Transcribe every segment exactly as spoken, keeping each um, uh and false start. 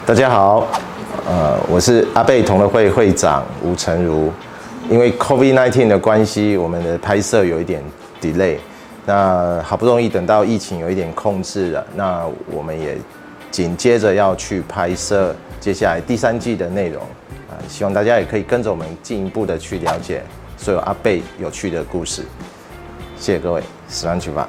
大家好，呃，我是阿贝同乐会会长吴成儒。因为 COVID 十九 的关系，我们的拍摄有一点 delay。那好不容易等到疫情有一点控制了，那我们也紧接着要去拍摄接下来第三季的内容啊、呃，希望大家也可以跟着我们进一步的去了解所有阿贝有趣的故事。谢谢各位，十万去吧。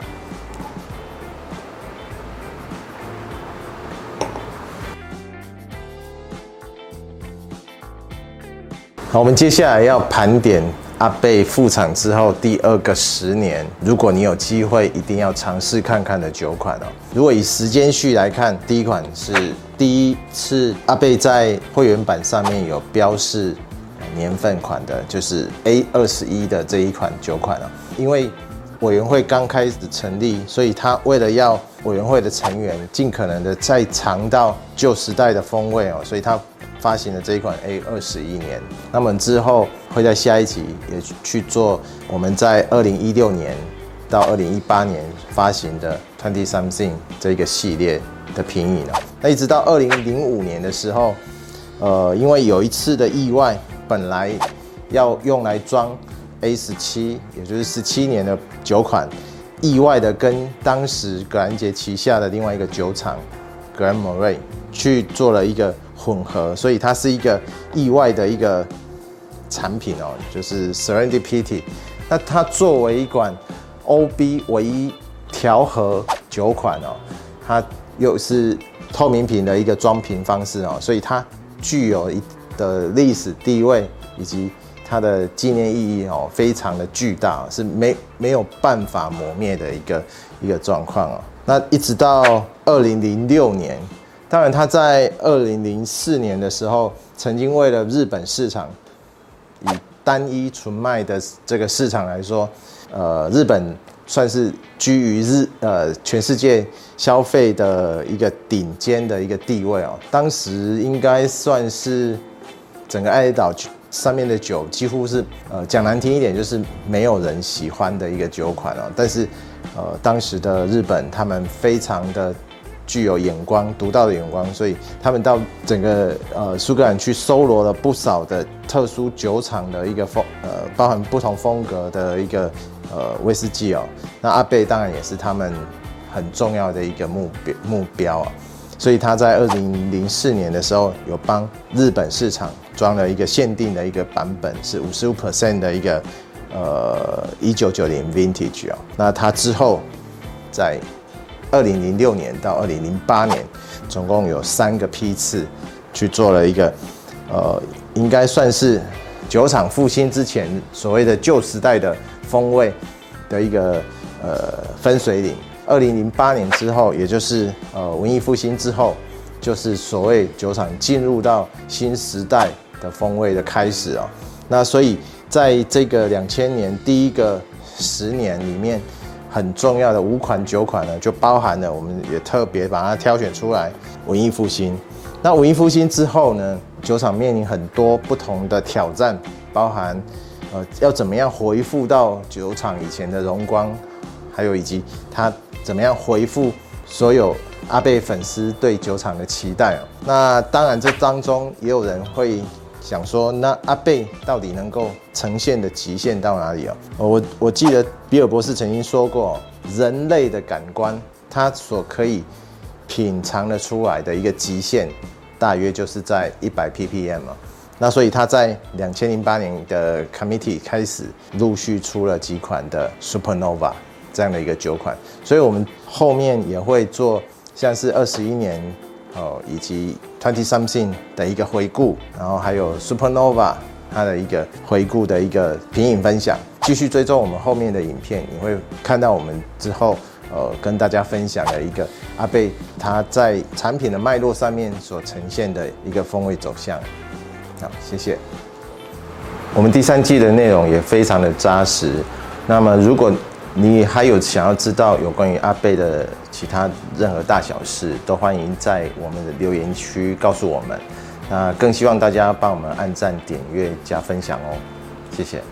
好，我们接下来要盘点阿贝复场之后第二个十年，如果你有机会，一定要尝试看看的九款哦。如果以时间序来看，第一款是第一次阿贝在会员版上面有标示年份款的，就是 A 二十一的这一款九款哦。因为委员会刚开始成立，所以他为了要委员会的成员尽可能的再尝到旧时代的风味哦，所以他发行了这一款 A 二十一年。那么之后会在下一集也去做我们在二零一六年到二零一八年发行的 Twenty Something 这个系列的品饮哦。那一直到二零零五年的时候，呃，因为有一次的意外，本来要用来装 A 十七，也就是十七年的酒款，意外的跟当时格兰杰旗下的另外一个酒厂 Glen Moray 去做了一个混合，所以它是一个意外的一个产品哦，就是 Serendipity。那它作为一款 O B 唯一调和酒款哦，它又是透明瓶的一个装瓶方式哦，所以它具有一的历史地位以及它的纪念意义哦，非常的巨大，是没没有办法磨灭的一个一个状况哦。那一直到二零零六年。当然，他在二零零四年的时候，曾经为了日本市场，以单一纯麦的这个市场来说，呃，日本算是居于日呃全世界消费的一个顶尖的一个地位哦。当时应该算是整个爱雷岛上面的酒，几乎是呃讲难听一点，就是没有人喜欢的一个酒款哦。但是呃，当时的日本他们非常的具有眼光，独到的眼光，所以他们到整个呃苏格兰去搜罗了不少的特殊酒厂的一个风呃，包含不同风格的一个呃威士忌哦。那阿贝当然也是他们很重要的一个目标目标啊，所以他在二零零四年的时候有帮日本市场装了一个限定的一个版本，是 百分之五十五 的一个呃一九九零 Vintage 哦。那他之后在二零零六年到二零零八年，总共有三个批次去做了一个，呃，应该算是酒厂复兴之前所谓的旧时代的风味的一个呃分水岭。二零零八年之后，也就是呃文艺复兴之后，就是所谓酒厂进入到新时代的风味的开始哦。那所以在这个两千年第一个十年里面，很重要的五款酒款呢，就包含了我们也特别把它挑选出来文艺复兴。那文艺复兴之后呢，酒厂面临很多不同的挑战，包含呃要怎么样恢复到酒厂以前的荣光，还有以及它怎么样恢复所有阿贝粉丝对酒厂的期待哦。那当然这当中也有人会想说，那阿贝到底能够呈现的极限到哪里哦？我我记得比尔博士曾经说过，人类的感官它所可以品尝的出来的一个极限，大约就是在一百 P P M 哦。那所以他在二零零八年的 Committee 开始陆续出了几款的 Supernova 这样的一个酒款，所以我们后面也会做像是二十一年。哦，以及 Twenty Something 的一个回顾，然后还有 Supernova 它的一个回顾的一个品饮分享。继续追踪我们后面的影片，你会看到我们之后呃跟大家分享的一个阿贝他在产品的脉络上面所呈现的一个风味走向。好，谢谢。我们第三季的内容也非常的扎实。那么如果你还有想要知道有关于阿贝的其他任何大小事，都欢迎在我们的留言区告诉我们。那更希望大家帮我们按赞、点阅、加分享哦，谢谢。